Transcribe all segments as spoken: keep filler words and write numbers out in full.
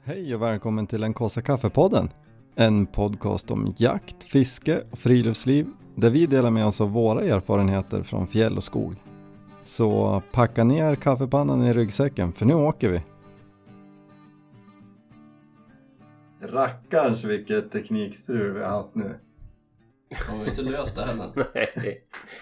Hej och välkommen till den Kåsa Kaffepodden. En podcast om jakt, fiske och friluftsliv där vi delar med oss av våra erfarenheter från fjäll och skog. Så packa ner kaffepannan i ryggsäcken för nu åker vi. Rackarns vilket teknikstrul vi har haft nu. Har vi inte löst det heller? Nej.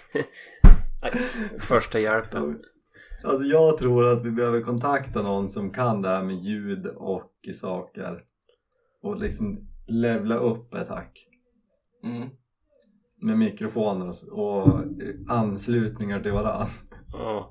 Första hjälpen. Alltså jag tror att vi behöver kontakta någon som kan det här med ljud och saker. Och liksom levla upp ett hack. Mm. Med mikrofoner och, och anslutningar till varann. Ja.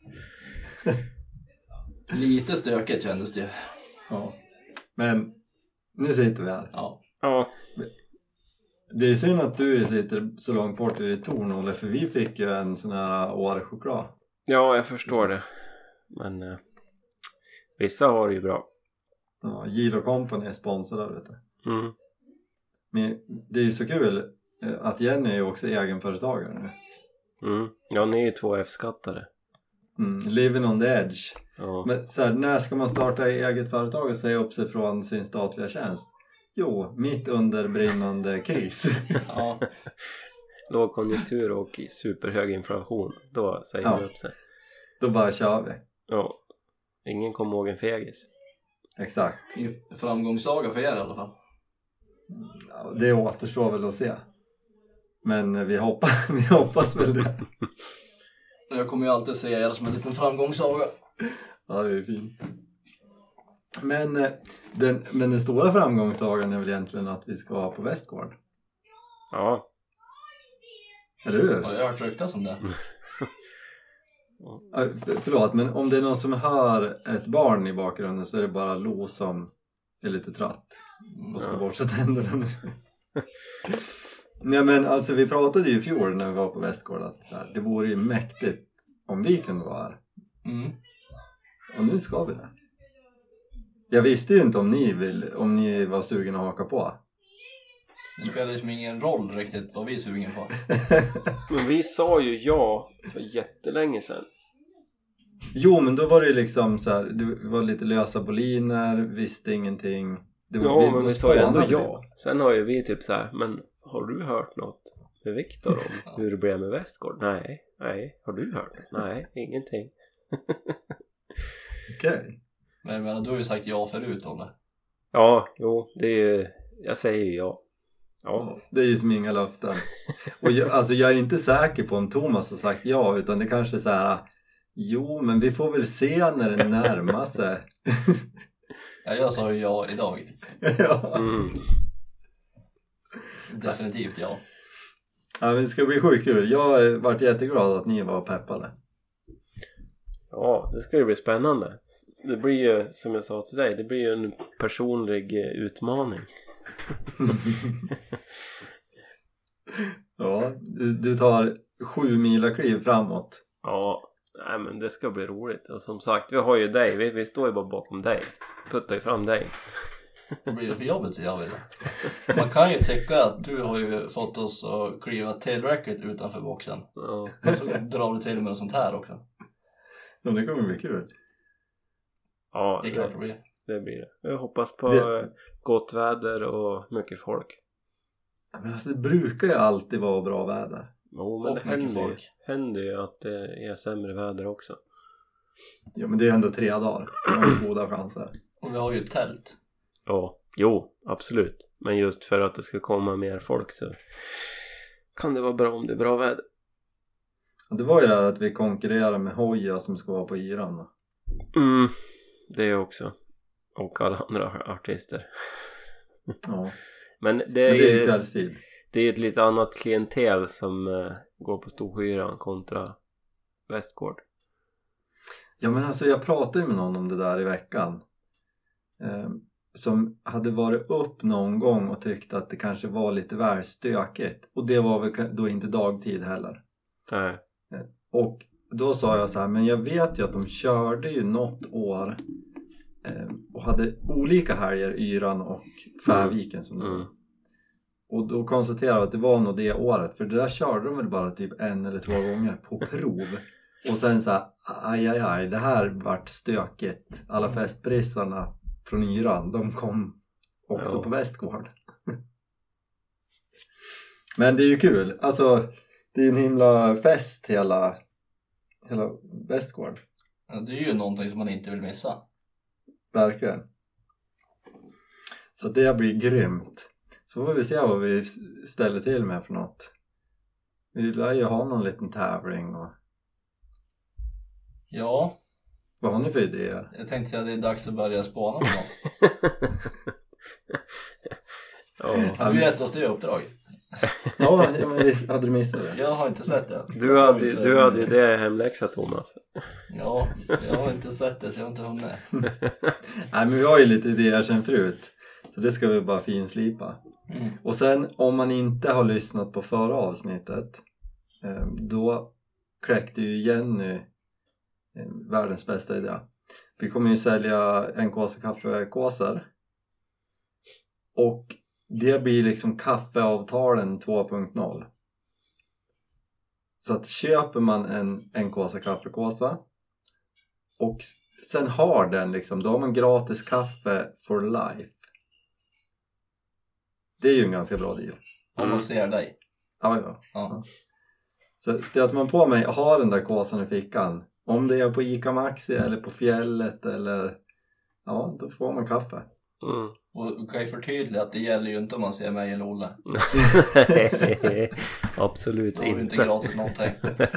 Lite stökigt kändes det. Ja. Men nu sitter vi här. Ja. Ja. Det är synd att du sitter så långt bort i ditt torn, Olle, för vi fick ju en sån här Åre-choklad. Ja, jag förstår det. Men eh, vissa har det ju bra. Ja, Gilo Company är sponsrade, vet du. Mm. Men det är ju så kul att Jenny är ju också egenföretagare nu. Mm. Ja, ni är ju två F-skattare. Mm, living on the edge. Ja. Men så här, när ska man starta eget företag och säga upp sig från sin statliga tjänst? Jo, mitt under brinnande kris. Ja. Lågkonjunktur och superhög inflation. Då säger Ja. man upp sig. Då bara kör vi. Ja. Ingen kommer ihåg en fegis. Exakt. En framgångssaga för er i alla fall. Ja, det återstår väl att se. Men vi hoppas, vi hoppas väl det. Jag kommer ju alltid se er som en liten framgångssaga. Ja, det är fint. Men eh, den, men den stora framgångssagan är väl egentligen att vi ska ha på Västgård. Ja. Eller hur? Ja, jag har hört ryktas om det. Ja, förlåt, men om det är någon som hör ett barn i bakgrunden så är det bara Lo som är lite trött och ska Ja. borsta tänderna nu. Nej, men alltså vi pratade ju i fjol när vi var på Västgård att så här, det vore ju mäktigt om vi kunde vara här. Mm. Och nu ska vi det. Jag visste ju inte om ni vill, om ni var sugen att haka på. Det spelar liksom ingen roll riktigt vad vi är sugen på. Men vi sa ju ja för jättelänge sedan. Jo, men då var det ju liksom så här, det var lite lösa boliner, visste ingenting. Det var, Ja, men vi sa ju ändå spanade ja. Sen har ju vi typ så här, men har du hört något med Viktor om hur det blev med Västgård? Nej, nej. Har du hört något? Nej, ingenting. Okej. Okay. Men jag menar, du har ju sagt ja förut om det. Ja, jo, det är ju, jag säger ju ja. Ja. Det är ju som inga löften. Och jag, alltså jag är inte säker på om Thomas har sagt ja, utan det kanske är så här, jo, men vi får väl se när det närmar sig. Ja, jag sa ju ja idag. Ja. Mm. Definitivt ja. Ja, men det ska bli sjukt kul. Jag har varit jätteglad att ni var peppade. Ja, det ska ju bli spännande. Det blir ju, som jag sa till dig, det blir ju en personlig utmaning. Ja, du, du tar sju mila kliv framåt. Ja, nej men det ska bli roligt. Och som sagt, vi har ju dig, vi, vi står ju bara bakom dig. Puttar ju fram dig. Vad blir det för jobbet så jag vill. Man kan ju tycka att du har ju fått oss att kliva tillräckligt utanför boxen. Ja. Och så drar du till med något sånt här också. Ja, det kommer bli kul. Ja, Det är klart det blir. det blir det. Jag hoppas på Det- gott väder och mycket folk. Ja, men alltså det brukar ju alltid vara bra väder. Jo, men Och det mycket händer ju, folk. händer ju att det är sämre väder också. Ja, men det är ändå tre dagar. Det har ju goda chanser. Och vi har ju ett tält. Ja, jo, absolut. Men just för att det ska komma mer folk så kan det vara bra om det är bra väder. Det var ju det här att vi konkurrerar med Hoja som ska vara på Iran. Då. Mm, det också. Och alla andra artister. Ja, Men det är, men det är ju ju ett, kvällstid. det är ett lite annat klientel som uh, går på Storhyran kontra Västgård. Ja, men alltså jag pratade med någon om det där i veckan. Eh, som hade varit upp någon gång och tyckte att det kanske var lite väl stökigt. Och det var väl då inte dagtid heller. Nej. Och då sa jag så här, men jag vet ju att de körde ju något år eh, och hade olika helger, Yran och Färviken som det var. Mm. Och då konstaterade jag att det var nog det året, för det där körde de väl bara typ en eller två gånger på prov. Och sen så här, aj aj aj, det här vart stökigt. Alla festbrissarna från Iran, de kom också Ja. på Västgård. Men det är ju kul. Alltså, det är ju en himla fest hela, hela Västgård. Ja, det är ju någonting som man inte vill missa. Verkligen. Så det blir grymt. Så får vi se vad vi ställer till med för något. Vi lär ju ha någon liten tävling. Och... Ja, Vad har ni för idéer? jag tänkte säga att det är dags att börja spana på något. Ja. Du gett oss det uppdrag. Ja, men vi hade du missat det? Jag har inte sett det. Du hade, du hade ju det hemläxa, Thomas. Ja, jag har inte sett det så jag har inte hunnit. Nej, men vi har ju lite idéer sen förut. Så det ska vi bara finslipa. Mm. Och sen om man inte har lyssnat på förra avsnittet, eh, då kläckte ju Jenny eh, världens bästa idé. Vi kommer ju sälja en kåsa kaffekåsar. Och det blir liksom kaffeavtalen två punkt noll. Så att köper man en, en kåsa kaffekåsa och sen har den liksom, då har man gratis kaffe for life. Det är ju en ganska bra deal. Om man ser dig. Ja, ja. Ja. Så stöter man på mig och har den där kåsan i fickan, om det är på Ica Maxi eller på fjället eller, ja, då får man kaffe. Mm. Och du kan ju förtydliga att det gäller ju inte om man ser mig eller Olle. Absolut Då har vi inte. inte gratis någonting.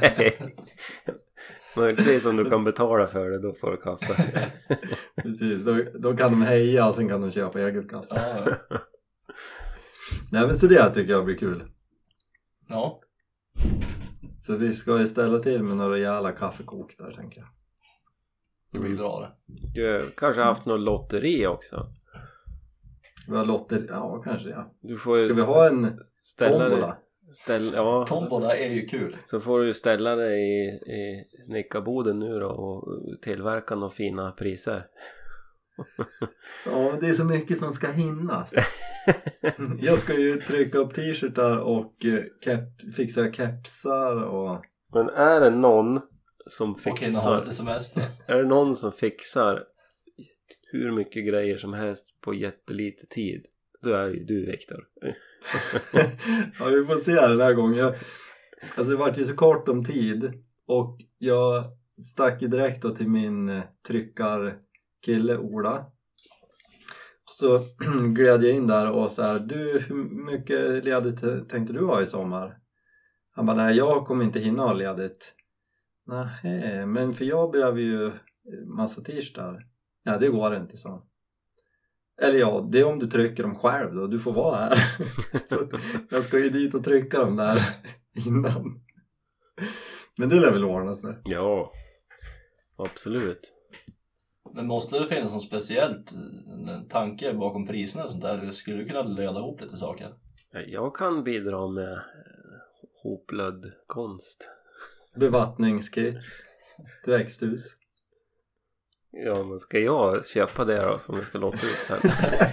Möjligtvis om du kan betala för det, då får du kaffe. Precis, då, då kan de heja och sen kan de köpa eget kaffe. Ja, ja. Nej, men så det tycker jag blir kul. Ja. Så vi ska ju ställa till med några jävla kaffekok där, tänker jag. Det blir bra det. Du kanske haft något lotteri också. Vi har lotter, ja kanske ja. Du får ju Ska vi ha en ställa tombola? dig, ställ, ja, Tombola är ju kul. så får du ju ställa dig i, i snickarboden nu då och tillverka några fina priser. Ja, det är så mycket som ska hinnas. Jag ska ju trycka upp t-shirtar och eh, kep, fixa kepsar och... Men är det någon som Och hinna ha fixar lite semester. är det någon som fixar hur mycket grejer som helst på jättelite tid, då är ju du, Viktor. Ja, vi får se den här gången. Jag, alltså det var ju så kort om tid och jag stack ju direkt då till min eh, tryckarkille Ola. Så gled jag in där och så här, du, hur mycket ledigt tänkte du ha i sommar? Han bara, nej, jag kommer inte hinna ha ledigt. Nej, men för jag behöver ju massa t-shirtar. Ja, det går inte, så. Eller ja, det är om du trycker dem själv då, du får vara här. Så jag ska ju dit och trycka dem där innan. Men det lär väl ordna sig. Ja, absolut. Men måste det finnas något speciellt en tanke bakom priserna och sånt där? Skulle du kunna löda ihop lite saker? Jag kan bidra med eh, hoplödd konst. Bevattningskit till växthus. Ja, men ska jag köpa det då som vi ska låta ut sen?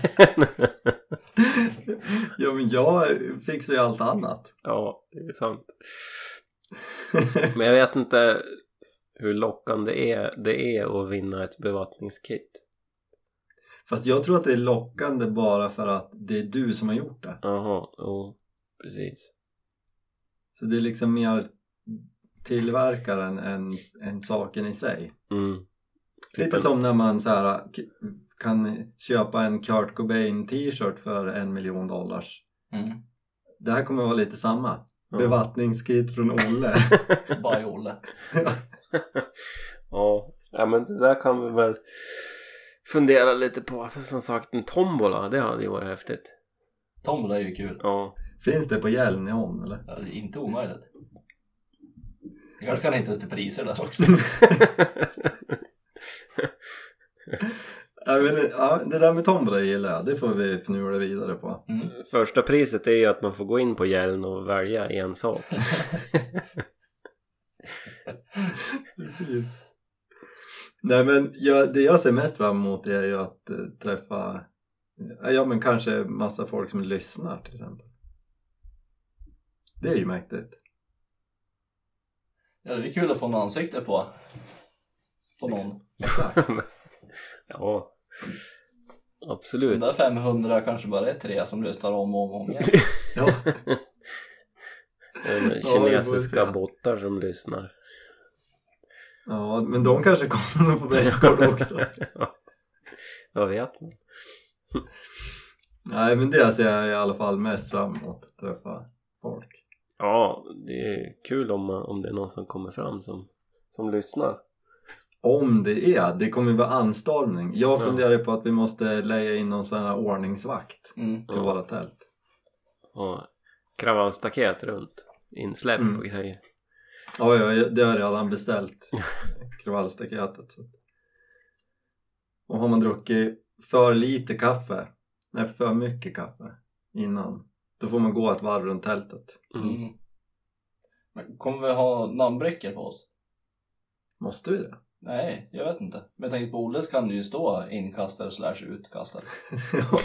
Ja, men jag fixar ju allt annat. Ja, det är sant. Men jag vet inte hur lockande det är, det är att vinna ett bevattningskit. Fast jag tror att det är lockande bara för att det är du som har gjort det. Jaha, oh, precis. Så det är liksom mer tillverkaren än, än saken i sig. Mm. Lite som när man så här, kan köpa en Kurt Cobain t-shirt för en miljon dollars. Mm. Det här kommer att vara lite samma. Ja. Bevattningskit från Olle. By Olle. Ja. Ja, men det där kan vi väl fundera lite på. För som sagt, en tombola, det hade ju varit häftigt. Tombola är ju kul. Ja. Finns det på Hjälneholm eller? Ja, det är inte omöjligt. Jag kanske kan hitta lite priser där också. Ja, men, ja, det där med tombola gillar jag. Det får vi fnula vidare på. Mm. Första priset är ju att man får gå in på Hjäln och välja en sak. Precis. Nej, men jag, det jag ser mest fram emot är ju att eh, träffa, ja men kanske massa folk som lyssnar till exempel. Det är ju mäktigt. Ja, det är kul att få en ansikte på. På någon. Ja. Absolut. De där femhundra kanske bara är tre som lyssnar om och om, om igen. Ja. Kinesiska ja, bottar som lyssnar. Ja, men de kanske kommer på Västgård också. Ja, jag vet man. Nej, men det ser jag i alla fall mest fram emot, att träffa folk. Ja, det är kul om, man, om det är någon som kommer fram som, som lyssnar. Om det är, det kommer ju vara anstormning. Jag Ja. funderar på att vi måste lägga in någon sån här ordningsvakt Mm. till Ja. våra tält. Och kravallstaket runt. Insläpp Mm. och grejer. Ja, ja, det har jag redan beställt. Kravallstaketet. Så. Och har man druckit för lite kaffe, nej för mycket kaffe innan, då får man gå ett varv runt tältet. Mm. Mm. Men kommer vi ha namnbrickor på oss? Måste vi det? Nej, jag vet inte. Men jag tänkte på Oles kan det ju stå inkastare slash utkastare. Ja.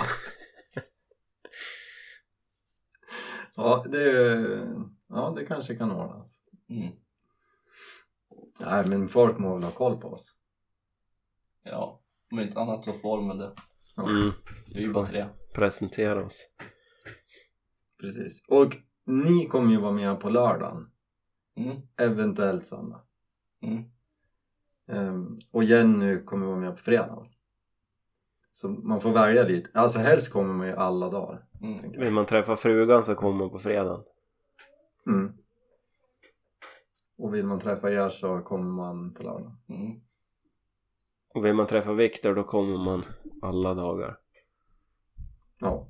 Ja, det, ja, det kanske kan ordnas. Mm. Nej, men folk må väl ha koll på oss. Ja, om inte annat så får de väl det. Mm. Det är ju bara tre. Presentera oss. Precis. Och ni kommer ju vara med på lördagen. Mm. Eventuellt söndag. Mm. Um, och Jenny kommer vara med på fredag. Så man får välja lite. Alltså helst kommer man ju alla dagar. Mm. tänker jag. Vill man träffa frugan så kommer man på fredagen. Mm. Och vill man träffa er så kommer man på lördag. Mm. Och vill man träffa Viktor då kommer man alla dagar. Ja.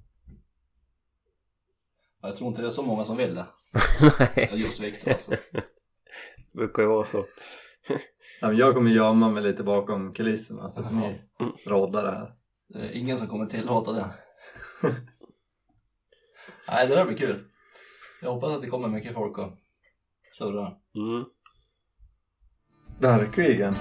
Jag tror inte det är så många som vill det. Nej, Just Viktor alltså. det brukar ju vara så. Ja, men jag kommer gömma mig lite bakom kulisserna så att ni Mm. roddar det här. Det är ingen som kommer tillåta det. Nej, det där blir kul. Jag hoppas att det kommer mycket folk och surrar. Mm. Verkligen.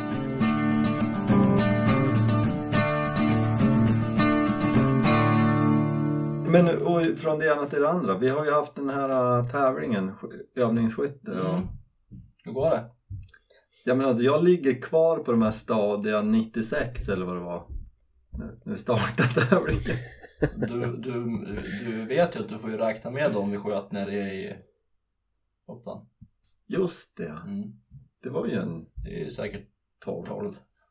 Men och från det ena till det andra. Vi har ju haft den här uh, tävlingen, sk- övningsskytte. Och, Mm. Hur går det? ja, men alltså, jag ligger kvar på de här stadiga nittiosex eller vad det var. När när vi startade tävlingen. Du, du, du vet ju att du får ju räkna med dem vi sköt nere i Uppland. Just det. Mm. Det var ju en Det är ju säkert tolv. tolv.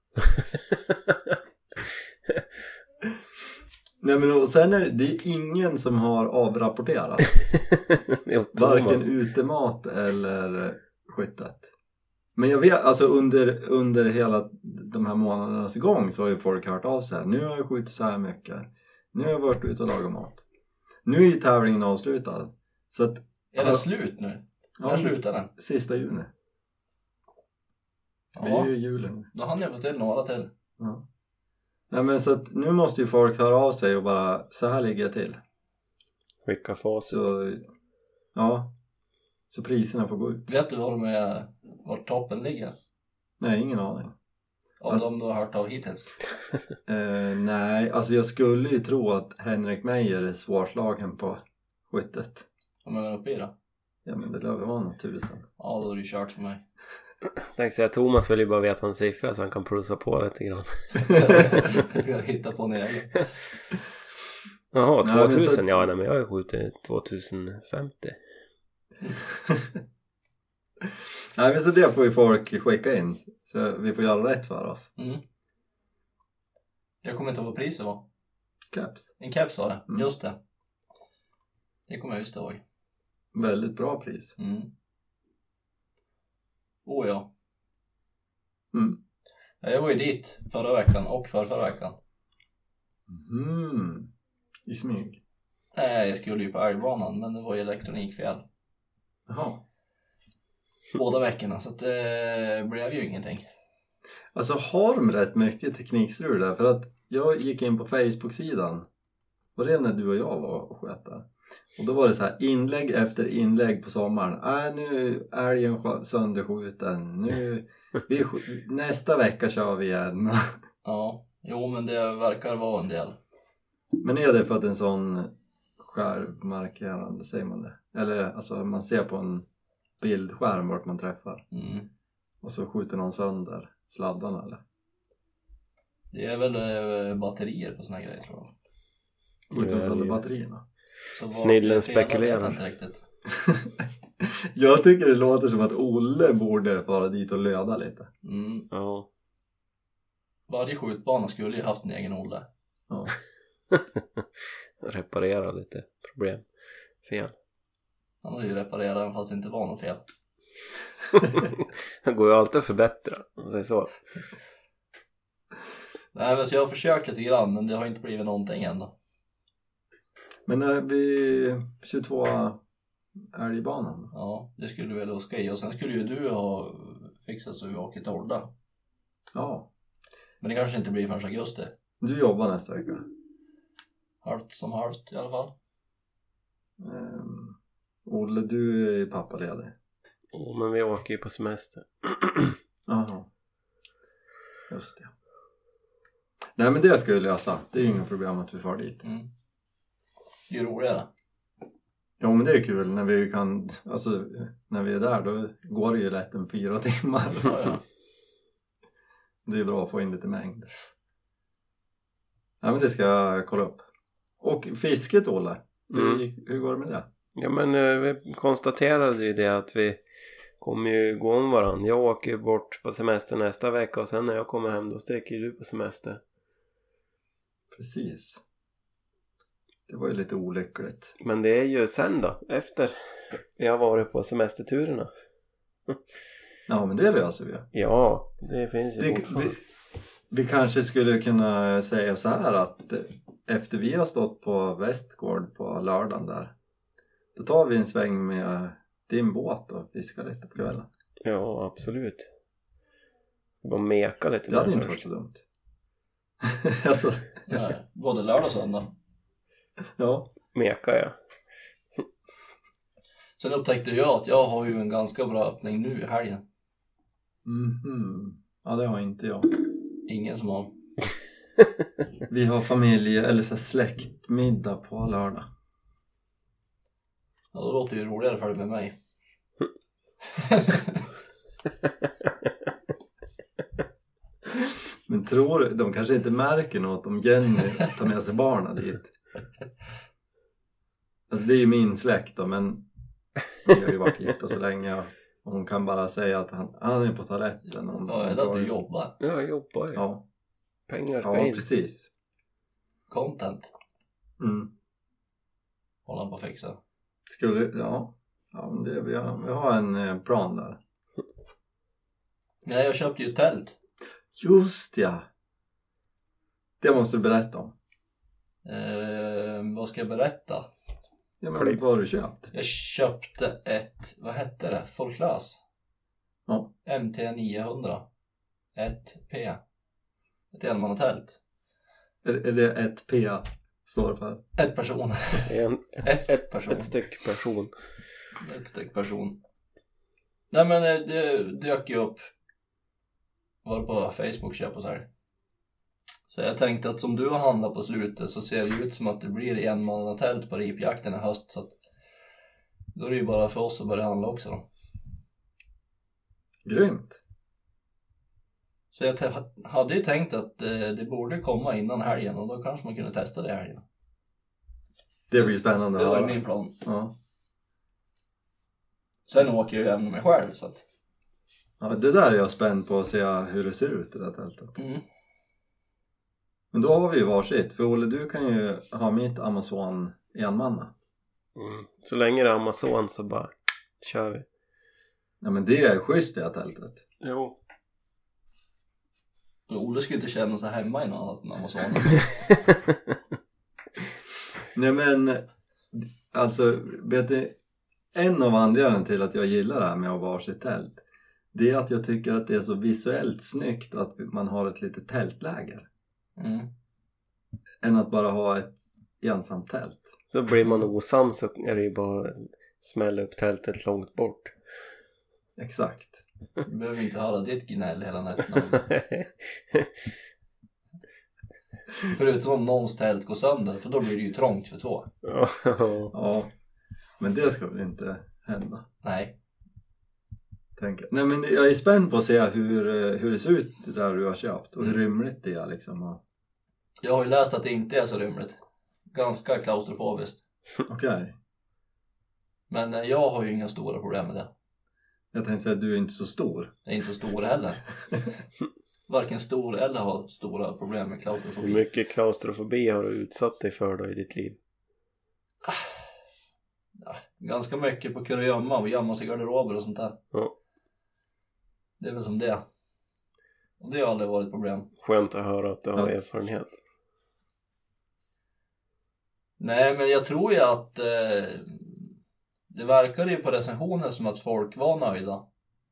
Nej, men och sen är det, det är ingen som har avrapporterat. Det är Thomas. Varken utemat eller skyttet. Men jag vet, alltså under, under hela de här månadernas gång så har ju folk hört av sig. Nu har jag skjutit så här mycket. Nu har jag varit ute och lagat mat. Nu är ju tävlingen avslutad. Så att, Är det slut nu? ja, När slutar den? sista juni. Det är Ja, ju julen. då hann jag få till några till. Ja. Nej, men så att nu måste ju folk höra av sig och bara, så här ligger jag till. Skicka facit. Så, ja. Så priserna får gå ut. Vet du var, de är, var toppen ligger? Nej, ingen aning. Av Ja. de du har hört av hittills? Eh, nej, alltså jag skulle ju tro att Henrik Meijer är svårslagen på skyttet. Om jag är uppe i då? Ja, men det lär väl vara något tusen. Ja, då är det ju kört för mig. Tänk säga Thomas vill ju bara veta en siffra så han kan plussa på lite grann. Så jag hittar på en egen. Jaha, Nej, men tvåtusen? så- Ja, nej, men jag har ju skjutit tvåtusenfemtio. Nej, men så det får ju folk skicka in. Så vi får göra rätt för oss. Mm. Jag kommer inte ihåg vad priset var. Caps. En caps var det, Mm. just det. Det kommer jag just ihåg. Väldigt bra pris. Mm. Oh ja. Mm. Ja, jag var ju dit förra veckan och för förra veckan. Mm. I smyg. Nej, jag skulle ju på älgbanan, men det var ju elektronikfel. Jaha. Båda veckorna, så att det blev ju ingenting. Alltså har de rätt mycket teknikstrul där? För att jag gick in på Facebook-sidan. Var det när du och jag var och sköt där? Och då var det så här inlägg efter inlägg på sommaren. Äh, nu är älgen skö- sönderskjuten. Nu, vi, sk- nästa vecka kör vi igen. Ja, jo men det verkar vara en del. Men är det för att en sån skärmarkerande, säger man det? Eller alltså man ser på en bildskärm vart man träffar. Mm. Och så skjuter någon sönder sladdarna eller? Det är väl äh, batterier på såna här grejer tror jag. Skjuter de sönder batterierna. Snillen spekulerar. Inte riktigt. Jag tycker det låter som att Olle borde vara dit och löda lite. Mm. Ja. Varje skjutbana skulle ju haft en egen Olle. Ja. Reparera lite problem. Fel. Han har ju reparerat även fast det inte var något fel. Det går ju alltid att förbättra. Om det är så. Nej men så jag har försökt lite grann men det har inte blivit någonting ändå. Men är vi tjugotvå älgbanan? Ja, det skulle väl åka i. Och sen skulle ju du ha fixat så vi åker till Orda. Ja. Men det kanske inte blir förrän augusti. Du jobbar nästa vecka? Halvt som halvt i alla fall. Um, Olle, du är pappaledig. Oh, men vi åker ju på semester. Jaha. Just det. Nej men det ska jag lösa. Det är ju inga problem att vi far dit. Mm. Det är ju roligare. Ja men det är kul när vi kan, alltså när vi är där då går det ju lätt en fyra timmar. Ja, ja. Det är bra att få in lite mängd. Ja men det ska jag kolla upp. Och fisket, Olle, hur, Mm. hur går det med det? Ja men eh, vi konstaterade ju det att vi kommer ju gå om varandra. Jag åker ju bort på semester nästa vecka och sen när jag kommer hem då sträcker du på semester. Precis. Det var ju lite olyckligt. Men det är ju sen då, efter vi har varit på semesterturerna. Ja men det löser vi. Ja, det finns ju Det, fortfarande. vi, vi kanske skulle kunna säga så här att efter vi har stått på Västgård på lördagen där, då tar vi en sväng med din båt och fiskar lite på kvällen. Ja, absolut. Ska bara meka lite. Det hade mer inte varit först. så dumt. Alltså, Nej, både lördag och söndag. ja. Meka ja. Sen upptäckte jag att jag har ju en ganska bra öppning nu i helgen. Mhm. Ja, det har inte jag. Ingen som har. Vi har familj eller så här släktmiddag på lördag. Ja, då låter det ju roligare för det med mig. Men tror du, de kanske inte märker något om Jenny tar med sig barnen dit. Alltså det är ju min släkt då, men vi har ju varit gifta så länge och hon kan bara säga att han, han är på toaletten. Om, Ja, är det att du jobbar? Ja, jag jobbar ju. Ja, Pengar ska ja in. precis. Content. Mm. Håller han på att fixa. Skulle, ja, ja men det, vi, har, vi har en eh, plan där. Nej, jag köpte ju ett tält. Just ja. Det måste du berätta om. Eh, vad ska jag berätta? Ja, men Klipp. vad har du köpt? Jag köpte ett, vad hette det? Folklös. Ja. M T niohundra. ett P. Ett enmannatält. Är, är det ett P står för? Ett person. En, ett, Ett ett, person. ett styck person. Ett styck person. Nej men eh, det dök ju upp. Var på Facebook köp och så här. Så jag tänkte att som du har handlat på slutet så ser det ut som att det blir enmannatält på ripjakten i höst. Så att då är det ju bara för oss att börja handla också då. Grymt. Så jag te- hade ju tänkt att eh, det borde komma innan helgen och då kanske man kunde testa det i helgen. Det blir spännande. Det var ju att höra. min plan. Ja. Sen åker jag ju hem med mig själv så att... Ja, det där är jag spänd på att se hur det ser ut i det där tältet. Mm. Men då har vi ju varsitt. För Olle, du kan ju ha mitt Amazon enmanna. Mm. Så länge det är Amazon så bara kör vi. Ja men det är schysst det här tältet. Jo. Olle skulle inte känna sig hemma i något annat än Amazon. Nej men, alltså vet du, en av anledningarna till att jag gillar det här med att ha varsitt tält, det är att jag tycker att det är så visuellt snyggt att man har ett litet tältläger. Mm. Än att bara ha ett ensamt tält. Så blir man osams så är det ju bara smälla upp tältet långt bort. Exakt. Du behöver inte höra ditt gnäll hela nätterna. Förutom om någons tält går sönder, för då blir det ju trångt för två. Ja, men det ska väl inte hända, Nej. tänker. Nej, men jag är spänd på att se hur, hur det ser ut där du har köpt och hur rymligt det är liksom. Och... Jag har ju läst att det inte är så rymligt. Ganska klaustrofobiskt. Okej. Okay. Men eh, jag har ju inga stora problem med det. Jag tänkte säga att du är inte så stor. Jag är inte så stor heller. Varken stor eller har stora problem med klaustrofobi. Hur mycket klaustrofobi har du utsatt dig för då i ditt liv? Ja, ganska mycket på kurragömma och gömma sig i garderober och sånt där. Ja. Det är väl som det. Och det har aldrig varit ett problem. Skönt att höra att du har ja. erfarenhet. Nej, men jag tror ju att eh, det verkar ju på recensioner som att folk var nöjda.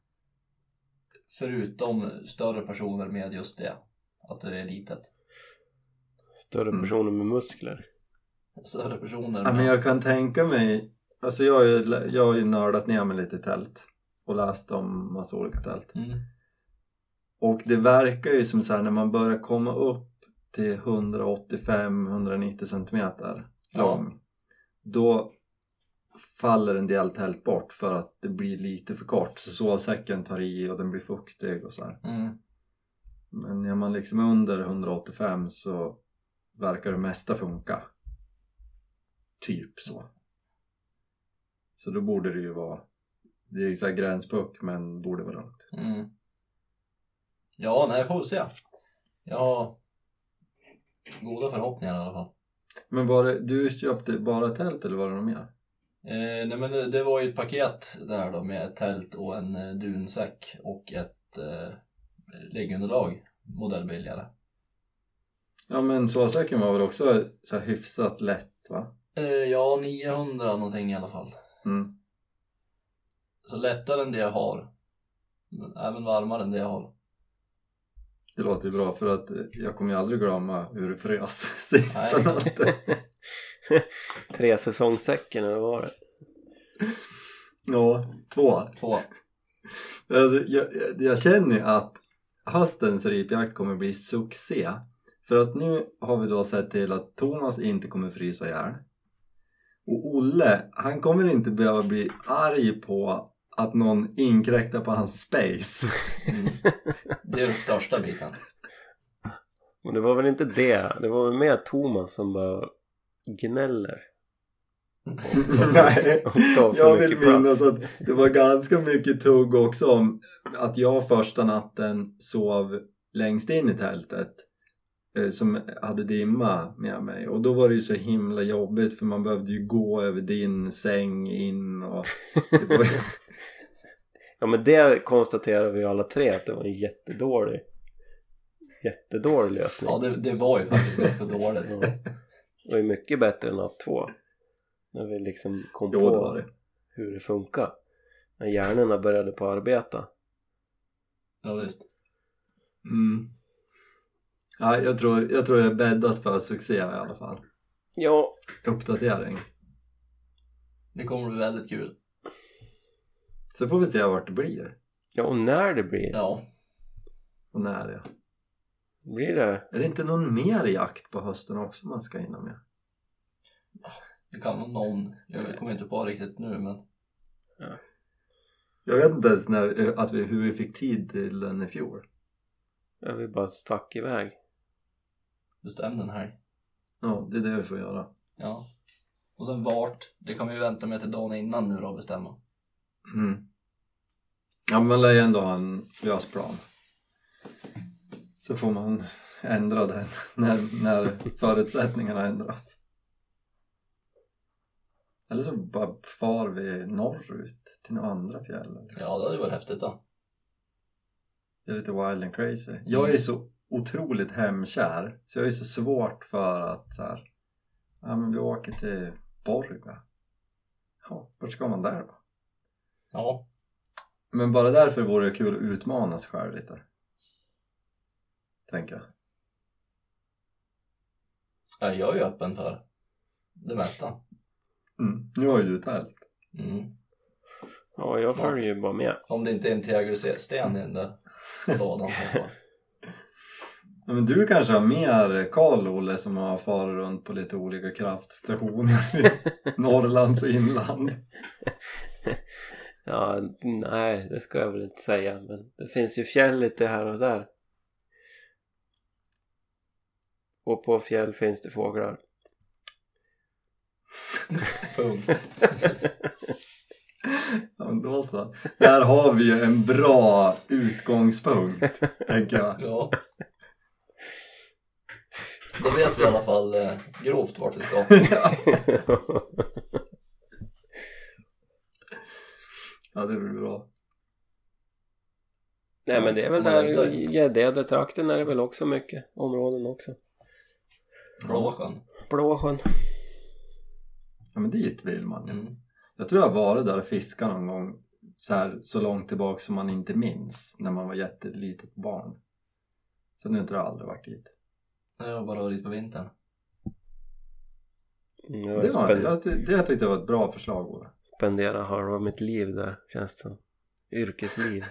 Förutom större personer med just det. Att det är litet. Större Mm. personer med muskler. Större personer Ja, med... men jag kan tänka mig, alltså jag har ju, jag har ju nördat ner mig lite i tält och läst om massa olika tält. Mm. Och det verkar ju som så här när man börjar komma upp till hundraåttiofem till hundranittio centimeter lång, ja. Då faller en del tält bort för att det blir lite för kort, så sovsäcken tar i och den blir fuktig och så här. Mm. Men när man liksom är under hundraåttiofem så verkar det mesta funka. Typ så. Så då borde det ju vara, det är så här gränspuck, men borde vara långt. Mm. Ja, nej, jag får se. Jag har goda förhoppningar i alla fall. Men var det, du köpte bara tält eller var det något mer? Eh, nej, men det, det var ju ett paket där då med ett tält och en eh, dunsäck och ett eh, läggunderlag, modellbilligare. Ja, men sovsäcken var väl också så här hyfsat lätt, va? Eh, ja, niohundra någonting i alla fall. Mm. Så lättare än det jag har. Men även varmare än det jag har. Det låter ju bra, för att jag kommer ju aldrig glömma hur det frös sista Nej. natten. Tre säsongssäcken eller vad var det? Ja, två. Två. Alltså, jag, jag känner ju att höstens ripjakt kommer bli succé. För att nu har vi då sett till att Thomas inte kommer frysa ihjäl. Och Olle, han kommer inte behöva bli arg på att någon inkräktar på hans space. Mm. Det är den största biten. Och det var väl inte det. Det var väl mer Thomas som bara gnäller. Nej, tar för jag vill mycket plats. minnas att det var ganska mycket tugg också om att jag första natten sov längst in i tältet eh, som hade dimma med mig, och då var det ju så himla jobbigt för man behövde ju gå över din säng in och det var... Ja, men det konstaterar vi alla tre att det var en jättedålig jättedålig lösning. Ja, det, det var ju faktiskt ganska dåligt. Ja. Det var ju mycket bättre än natt två. När vi liksom kom Jo, på det var det. hur det funkar. När hjärnorna började på att arbeta. Ja, visst. Mm. Ja, jag tror, jag tror det är bäddat för succé i alla fall. Ja. Uppdatering. Det kommer bli väldigt kul. Så får vi se vart det blir. Ja, och när det blir. Ja. Och när det. Blir det? Är det inte någon mer jakt på hösten också man ska hinna med? Det kan vara någon. Jag kommer inte på riktigt nu, men... Ja. Jag vet inte ens när, att vi, hur vi fick tid till den i fjol. Jag vill bara stack iväg. Bestäm den här. Ja, det är det vi får göra. Ja. Och sen vart. Det kan vi vänta med till dagen innan nu då och bestämma. Mm. Ja, men man lär ju ändå ha en lös plan. Så får man ändra den när, när förutsättningarna ändras. Eller så bara far vi norrut till några andra fjäll. Ja, det hade varit häftigt då. Det är lite wild and crazy. Jag är så otroligt hemkär. Så jag är så svårt för att så här, ja, men vi åker till Borga. Ja, vart ska man där då? Ja. Men bara därför vore det kul att utmana sig själv lite. Tänker jag. Ja, jag är ju öppen för det mesta. Mm. Nu har ju du tält. Mm. Ja, jag följer ju bara med. Om det inte är en tegelsten i den där lådan. Ja, men du kanske har mer Karl Olle som har farit runt på lite olika kraftstationer i Norrlands inland. Ja, nej, det ska jag väl inte säga. Men det finns ju fjäll lite här och där. Och på fjäll finns det fåglar. Punkt. Ja, men då så. Där har vi ju en bra utgångspunkt, tänker jag. Ja. Då vet vi i alla fall eh, grovt vart vi ska. Ja, det blir bra. Nej, men det är väl Man där längtar. Gäddede-trakten är det väl också mycket områden också. Blåsjön. Blåsjön. Ja, men dit vill man ju. Mm. Jag tror jag var där och fiskade någon gång så, här, så långt tillbaka som man inte minns när man var jättelitet barn. Så nu tror jag aldrig varit dit. Jag har bara varit dit på vintern. Mm, jag Det, var, spend- jag, ty- det jag tyckte var ett bra förslag, Ola. spendera halva mitt liv där, känns det som. Yrkesliv.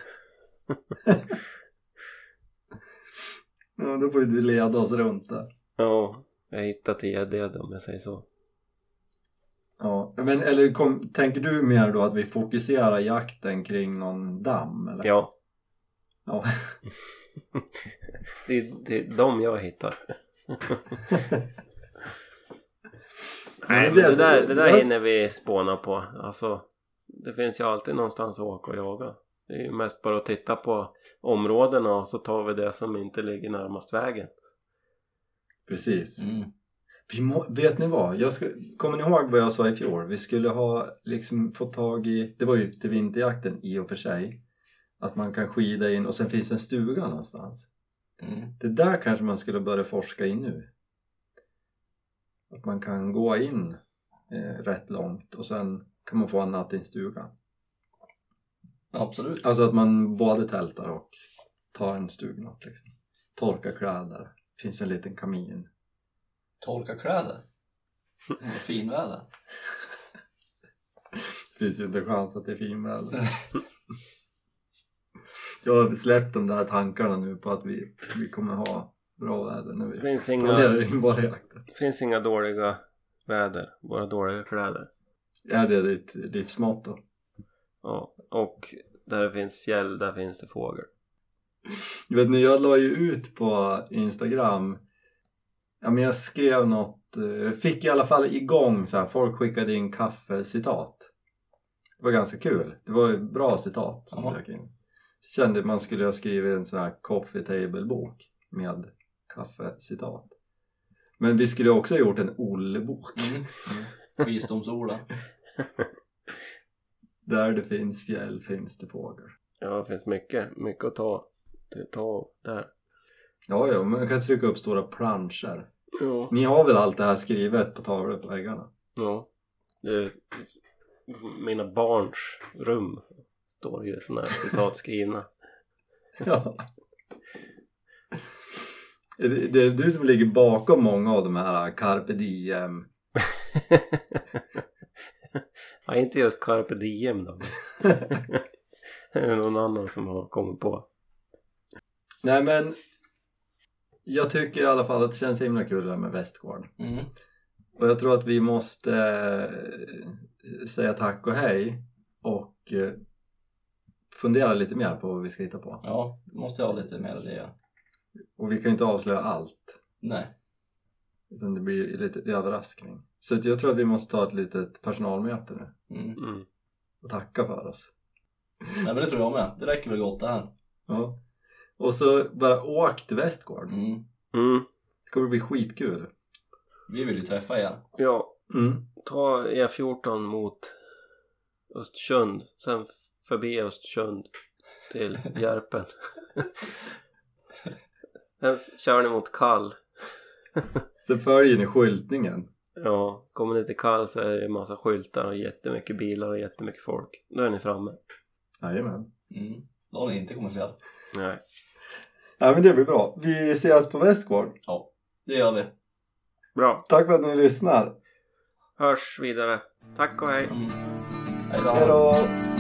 Ja, då får ju du leda oss runt där. Ja, jag hittat till Gäddede om jag säger så. Ja, men eller kom, tänker du mer då att vi fokuserar jakten kring någon damm? Eller? Ja. Ja. det, är, det är de jag hittar. Nej, men det där, det där hinner vi spåna på. Alltså, det finns ju alltid någonstans att åka och jaga. Det är ju mest bara att titta på områdena och så tar vi det som inte ligger närmast vägen. Precis. Mm. Vi må, vet ni vad? Jag ska, kommer ni ihåg vad jag sa i fjol? Vi skulle ha liksom fått tag i, det var ju till vinterjakten i och för sig, att man kan skida in och sen finns en stuga någonstans. Mm. Det där kanske man skulle börja forska in nu. Att man kan gå in eh, rätt långt och sen kan man få en natt i en stuga. Absolut. Alltså att man både tältar och tar en stugnatt liksom. Torka kläder. Finns en liten kamin. Torka kläder. Det är finväder. Finns ju inte chans att det är finväder. Jag har släppt de där tankarna nu på att vi, vi kommer ha bra väder när vi Det finns inga, planerar in våra jakter. finns inga dåliga väder, bara dåliga kläder. Är det ditt livsmotto? Ja, och där det finns fjäll, där finns det fågel. Jag vet ni, jag la ju ut på Instagram. Ja, men jag skrev något, eh, fick i alla fall igång så här, folk skickade in kaffecitat. Det var ganska kul. Det var ju bra citat som Ja. dök in. Kände att man skulle ha skrivit en sån här coffee table bok med kaffecitat. Men vi skulle också ha gjort en Olle-bok. Mm. Mm. Visdomsorden. Där det finns fjäll finns det fågel. Ja, det finns mycket, mycket att ta, ta av där. Ja, ja, man kan trycka upp stora planscher. Ja. Ni har väl allt det här skrivet på tavlor på väggarna? Ja. Det är, mina barns rum står ju sådana här citat skrivna. Ja. Det det är du som ligger bakom många av de här carpe diem. Ja, inte just carpe diem då. Det är någon annan som har kommit på. Nej, men jag tycker i alla fall att det känns himla kul det där med Västgård. Mm. Och jag tror att vi måste eh, säga tack och hej och eh, fundera lite mer på vad vi ska hitta på. Ja, det måste jag ha lite mer idéer. Och vi kan ju inte avslöja allt. Nej. Utan det blir lite överraskning. Så att jag tror att vi måste ta ett litet personalmöte nu. Mm. Mm. Och tacka för oss. Nej, men det tror jag med. Det räcker väl gott det här. Ja. Och så bara åk till Västgård. Mm. Mm. Det kommer bli skitkul. Vi vill ju träffa er. Ja, Mm. ta E fjorton mot Östersund, sen förbi Östersund till Järpen. Sen kör ni mot Kall. Så följer ni skyltningen. Ja, kommer ni till Kall så är det en massa skyltar och jättemycket bilar och jättemycket folk. Då är ni framme. Jajamän. Mm. Då har ni inte kommit fel. Nej. Ja, men det blir bra. Vi ses på Västgård. Ja, det gör vi. Bra, Tack för att ni lyssnar. hörs vidare. Tack och hej. Mm. Hej då. Hej då.